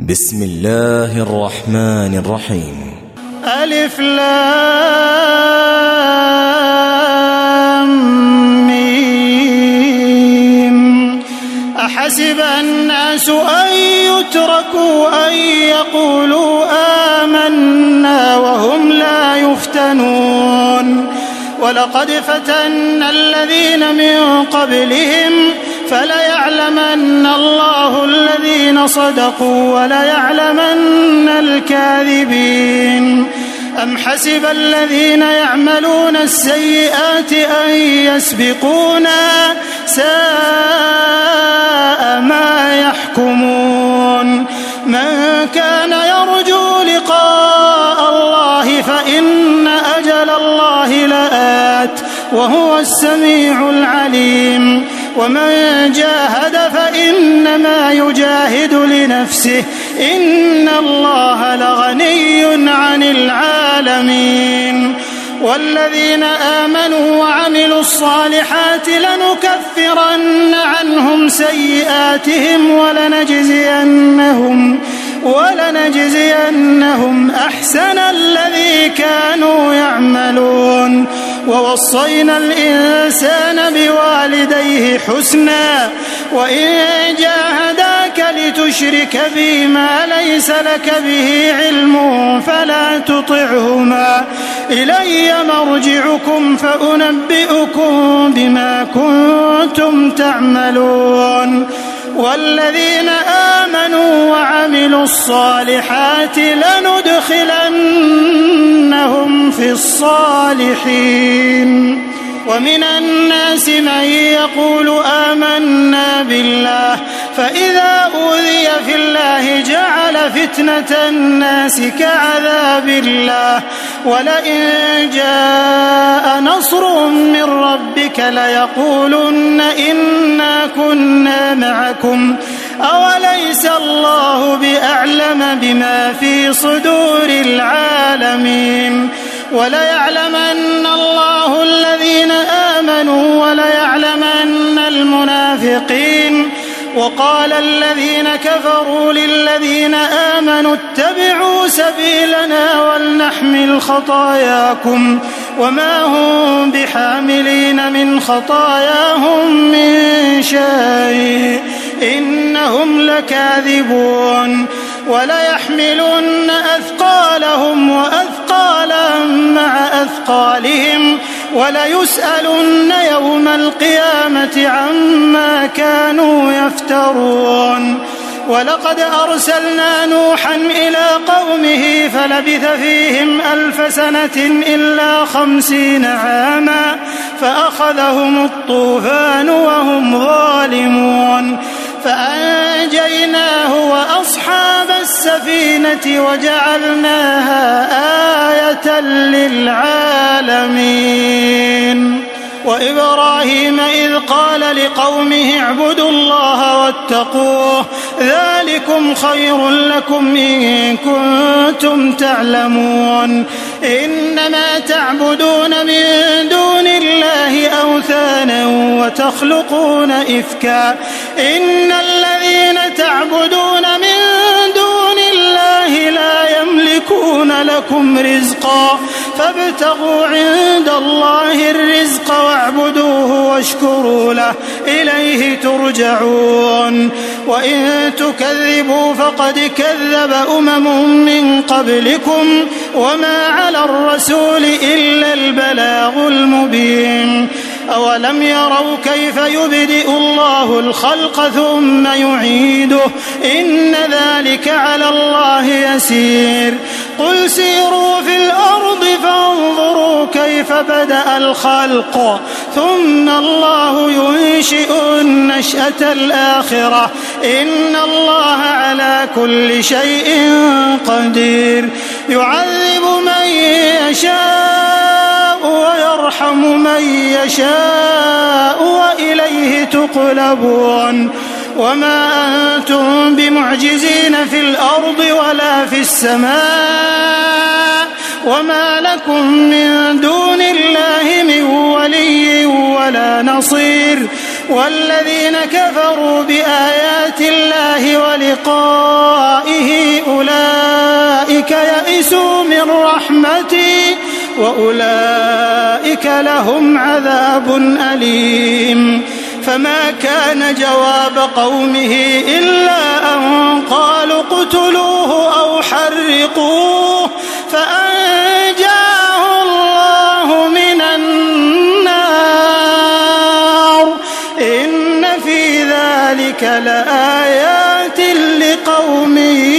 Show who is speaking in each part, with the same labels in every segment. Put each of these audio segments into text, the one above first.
Speaker 1: بسم الله الرحمن الرحيم.
Speaker 2: ألف لام ميم. أحسب الناس أن يتركوا أن يقولوا آمنا وهم لا يفتنون ولقد فتنا الذين من قبلهم فليعلمن الله الذين صدقوا وليعلمن الكاذبين. أم حسب الذين يعملون السيئات أن يسبقونا ساء ما يحكمون. من كان يرجو لقاء الله فإن أجل الله لآت وهو السميع العليم. ومن جاهد فإنما يجاهد لنفسه إن الله لغني عن العالمين. والذين آمنوا وعملوا الصالحات لنكفرن عنهم سيئاتهم ولنجزينهم أحسن الذي كانوا يعملون. ووصينا الإنسان بوالديه حسنا وإن جاهداك لتشرك بي ما ليس لك به علم فلا تطعهما إلي مرجعكم فأنبئكم بما كنتم تعملون. والذين آمنوا وعملوا الصالحات لندخلنهم في الصالحين. ومن الناس من يقول آمنا بالله فإذا أوذي في الله جعل فتنة الناس كعذاب الله ولئن جاء نصر من ربك ليقولن إنا كنا معكم أوليس الله بأعلم بما في صدور العالمين. وليعلمن الله الذين آمنوا وليعلمن المنافقين. وقال الذين كفروا للذين آمنوا اتبعوا سبيلنا ولنحمل خطاياكم وما هم بحاملين من خطاياهم من شيء إنهم لكاذبون. وليحملن أثقالهم وأثقالا مع أثقالهم وليسألن يوم القيامة عما كانوا يفترون. ولقد أرسلنا نوحا إلى قومه فلبث فيهم 1000 سنة إلا 50 عاما فأخذهم الطوفان وهم ظالمون فأنجيناه وأصحاب السفينة وجعلناها آية للعالمين. وإبراهيم إذ قال لقومه اعبدوا الله واتقوه ذلكم خير لكم إن كنتم تعلمون. إنما تعبدون من دون الله أوثانا وتخلقون إفكا إن الذين تعبدون من دون الله لا يملكون لكم رزقا فابتغوا عند الله الرزق واعبدوه واشكروا له إليه ترجعون. وإن تكذبوا فقد كذب أمم من قبلكم وما على الرسول إلا البلاغ المبين. أولم يروا كيف يبدئ الله الخلق ثم يعيده إن ذلك على الله يسير. قل سيروا في الأرض فانظروا كيف بدأ الخلق ثم الله ينشئ النشأة الآخرة إن الله على كل شيء قدير. يعذب من يشاء ويرحم من يشاء وإليه تقلبون. وما أنتم بمعجزين في الأرض ولا في السماء وما لكم من دون الله من ولي ولا نصير. والذين كفروا بآيات الله ولقائه أولئك يئسوا من رحمتي وأولئك لهم عذاب أليم. فما كان جواب قومه إلا أن قالوا اقتلوه أو حرقوه فأنجاه الله من النار. إن في ذلك لآيات لقوم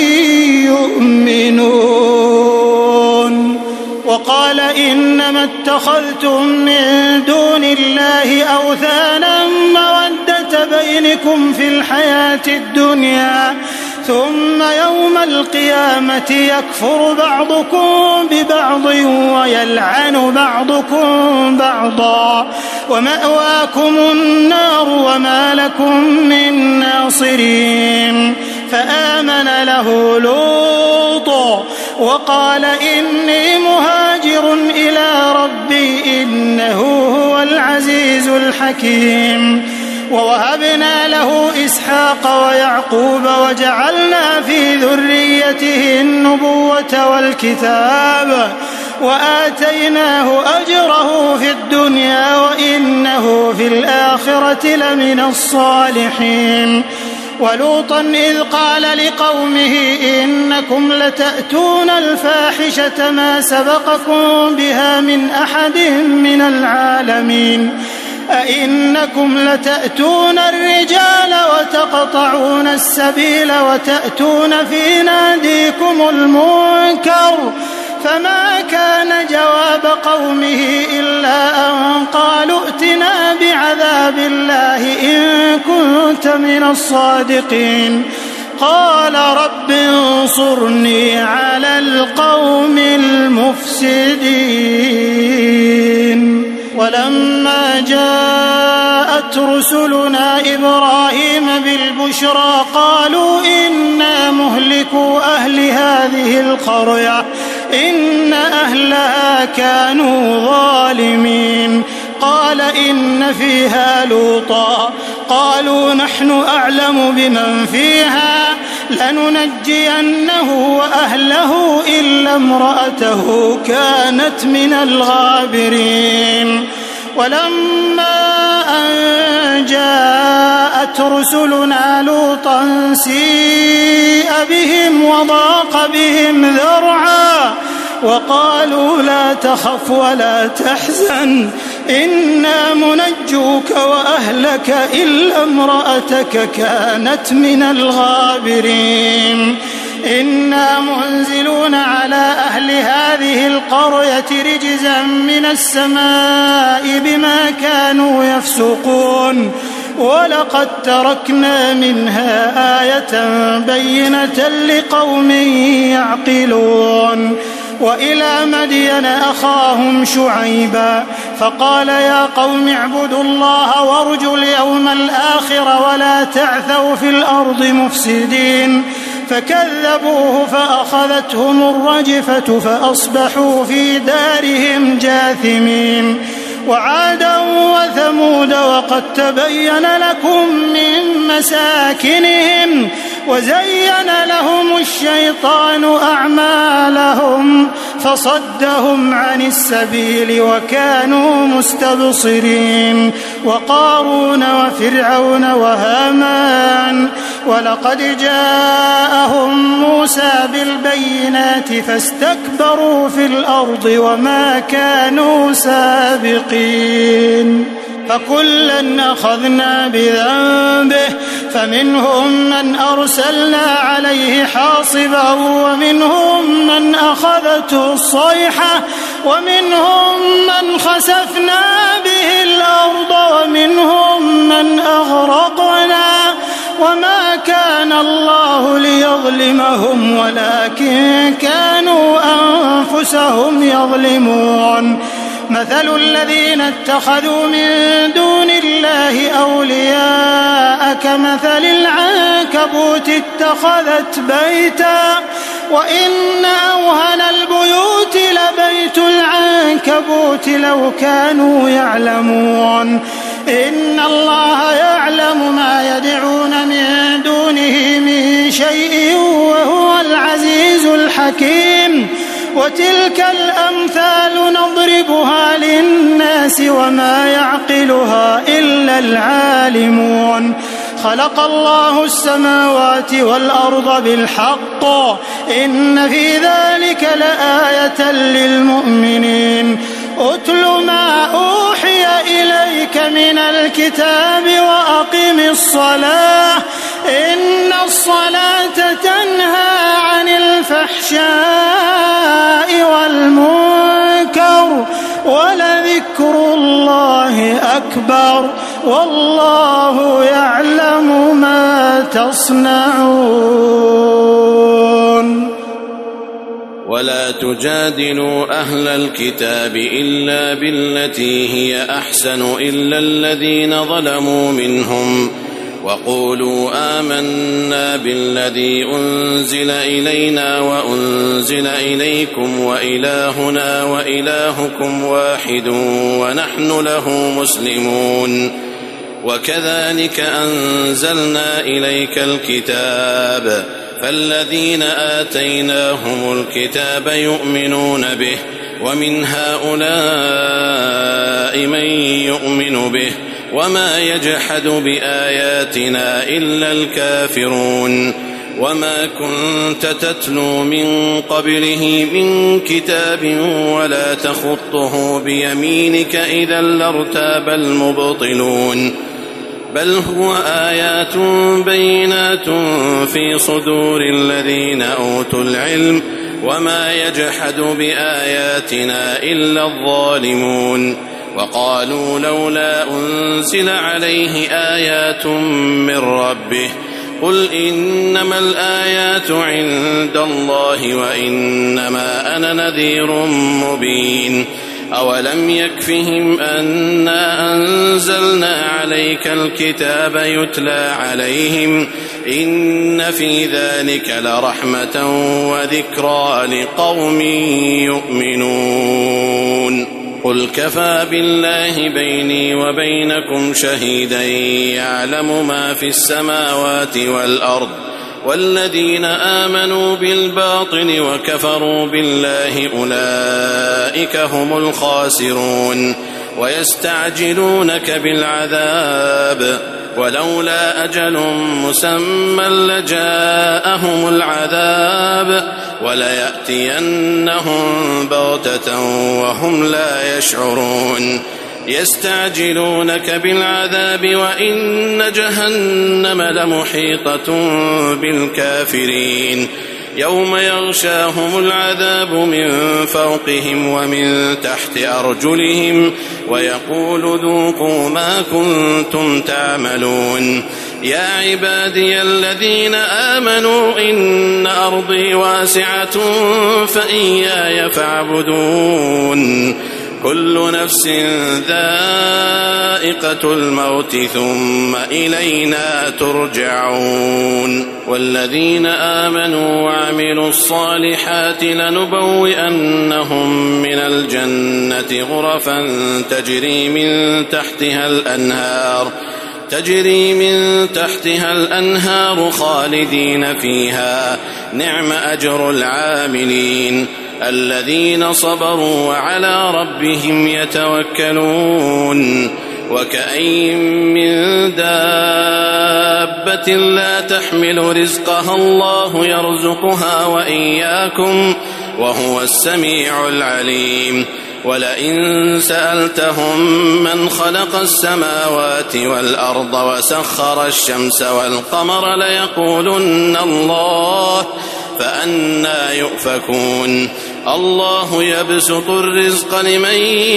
Speaker 2: يؤمنون. وقال إنما اتخذتم من دون الله أوثانا مودة بينكم في الحياة الدنيا ثم يوم القيامة يكفر بعضكم ببعض ويلعن بعضكم بعضا ومأواكم النار وما لكم من ناصرين. فآمن له لوط وقال إني مهاجر إلى ربي إنه هو العزيز الحكيم. ووهبنا له إسحاق ويعقوب وجعلنا في ذريته النبوة والكتاب وآتيناه أجره في الدنيا وإنه في الآخرة لمن الصالحين. ولوطا إذ قال لقومه إنكم لتأتون الفاحشة ما سبقكم بها من أحد من العالمين أئنكم لتأتون الرجال وتقطعون السبيل وتأتون في ناديكم المنكر. فما كان جواب قومه إلا أن قالوا ائتنا بعذاب الله إن كنت من الصادقين. قال رب انصرني على القوم المفسدين. ولما جاءت رسلنا إبراهيم بالبشرى قالوا إنا مهلكو أهل هذه القرية إن أهلها كانوا ظالمين. قال إن فيها لوطا قالوا نحن أعلم بمن فيها لننجينه وأهله إلا امرأته كانت من الغابرين. ولما أن جاءت رسلنا لوطا سيء بهم وضاق بهم ذرعا وقالوا لا تخف ولا تحزن إنا منجوك وأهلك إلا امرأتك كانت من الغابرين. إنا منزلون على أهل هذه القرية رجزا من السماء بما كانوا يفسقون. ولقد تركنا منها آية بينة لقوم يعقلون. وإلى مدين أخاهم شعيبا فقال يا قوم اعبدوا الله وارجوا اليوم الآخر ولا تعثوا في الأرض مفسدين. فكذبوه فأخذتهم الرجفة فأصبحوا في دارهم جاثمين. وعادا وثمود وقد تبين لكم من مساكنهم وزين لهم الشيطان أعمالهم فصدهم عن السبيل وكانوا مستبصرين. وقارون وفرعون وهامان ولقد جاءهم موسى بالبينات فاستكبروا في الأرض وما كانوا سابقين. فكلا أخذنا بذنبه فمنهم من أرسلنا عليه حاصبا ومنهم من أخذته الصيحة ومنهم من خسفنا به الأرض ومنهم من أغرقنا وما كان الله ليظلمهم ولكن كانوا أنفسهم يظلمون. مثل الذين اتخذوا من دون الله أولياء كمثل العنكبوت اتخذت بيتا وإن أوهن البيوت لبيت العنكبوت لو كانوا يعلمون. إن الله يعلم ما يدعون من دونه من شيء وهو العزيز الحكيم. وتلك الأمثال نضربها للناس وما يعقلها إلا العالمون. خلق الله السماوات والأرض بالحق إن في ذلك لآية للمؤمنين. أتل ما أوحي إليك من الكتاب وأقم الصلاة إن الصلاة تنهى عن الفحشاء والمنكر ولذكر الله أكبر والله يعلم ما تصنعون.
Speaker 3: ولا تجادلوا أهل الكتاب إلا بالتي هي أحسن إلا الذين ظلموا منهم وقولوا آمنا بالذي أنزل إلينا وأنزل إليكم وإلهنا وإلهكم واحد ونحن له مسلمون. وكذلك أنزلنا إليك الكتاب فالذين آتيناهم الكتاب يؤمنون به ومن هؤلاء من يؤمن به وما يجحد بآياتنا إلا الكافرون. وما كنت تتلو من قبله من كتاب ولا تخطه بيمينك إذا لارتاب المبطلون. بل هو آيات بينات في صدور الذين أوتوا العلم وما يجحد بآياتنا إلا الظالمون. وقالوا لولا أنزل عليه آيات من ربه قل إنما الآيات عند الله وإنما أنا نذير مبين. أولم يكفهم أنا أنزلنا عليك الكتاب يتلى عليهم إن في ذلك لرحمة وذكرى لقوم يؤمنون. قل كفى بالله بيني وبينكم شهيدا يعلم ما في السماوات والأرض والذين آمنوا بالباطل وكفروا بالله أولئك هم الخاسرون. ويستعجلونك بالعذاب ولولا أجل مسمى لجاءهم العذاب وليأتينهم بغتة وهم لا يشعرون. يستعجلونك بالعذاب وإن جهنم لمحيطة بالكافرين. يوم يغشاهم العذاب من فوقهم ومن تحت أرجلهم ويقول ذوقوا ما كنتم تعملون. يا عبادي الذين آمنوا إن أرضي واسعة فإياي فاعبدون. كل نفس ذائقة الموت ثم إلينا ترجعون. والذين آمنوا وعملوا الصالحات لنبوئنهم من الجنة غرفا تجري من تحتها الأنهار خالدين فيها نعم أجر العاملين الذين صبروا وعلى ربهم يتوكلون. وكأين من دابة لا تحمل رزقها الله يرزقها وإياكم وهو السميع العليم. ولئن سألتهم من خلق السماوات والأرض وسخر الشمس والقمر ليقولن الله فأنى يؤفكون. الله يبسط الرزق لمن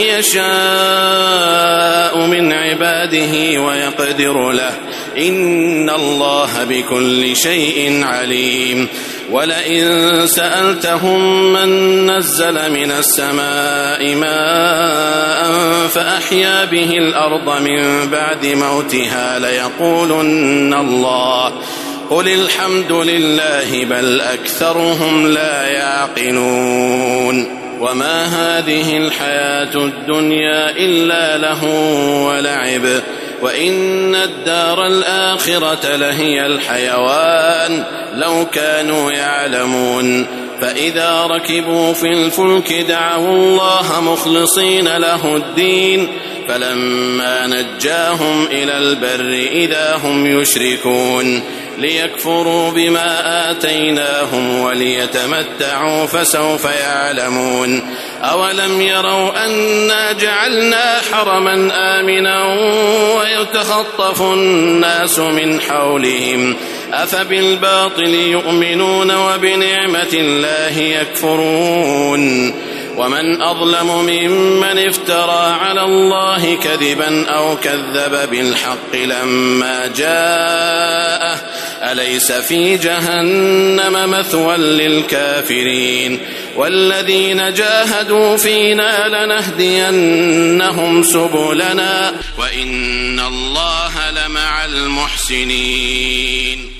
Speaker 3: يشاء من عباده ويقدر له إن الله بكل شيء عليم. ولئن سألتهم من نزل من السماء ماء فأحيا به الأرض من بعد موتها ليقولن الله قل الحمد لله بل أكثرهم لا يعقلون. وما هذه الحياة الدنيا إلا لهو ولعب وإن الدار الآخرة لهي الحيوان لو كانوا يعلمون. فإذا ركبوا في الفلك دعوا الله مخلصين له الدين فلما نجاهم إلى البر إذا هم يشركون ليكفروا بما آتيناهم وليتمتعوا فسوف يعلمون أولم يروا أنا جعلنا حرما آمنا ويتخطف الناس من حولهم أفبالباطل يؤمنون وبنعمة الله يكفرون ومن أظلم ممن افترى على الله كذبا أو كذب بالحق لما جاءه أليس في جهنم مثوى للكافرين والذين جاهدوا فينا لنهدينهم سبلنا وإن الله لمع المحسنين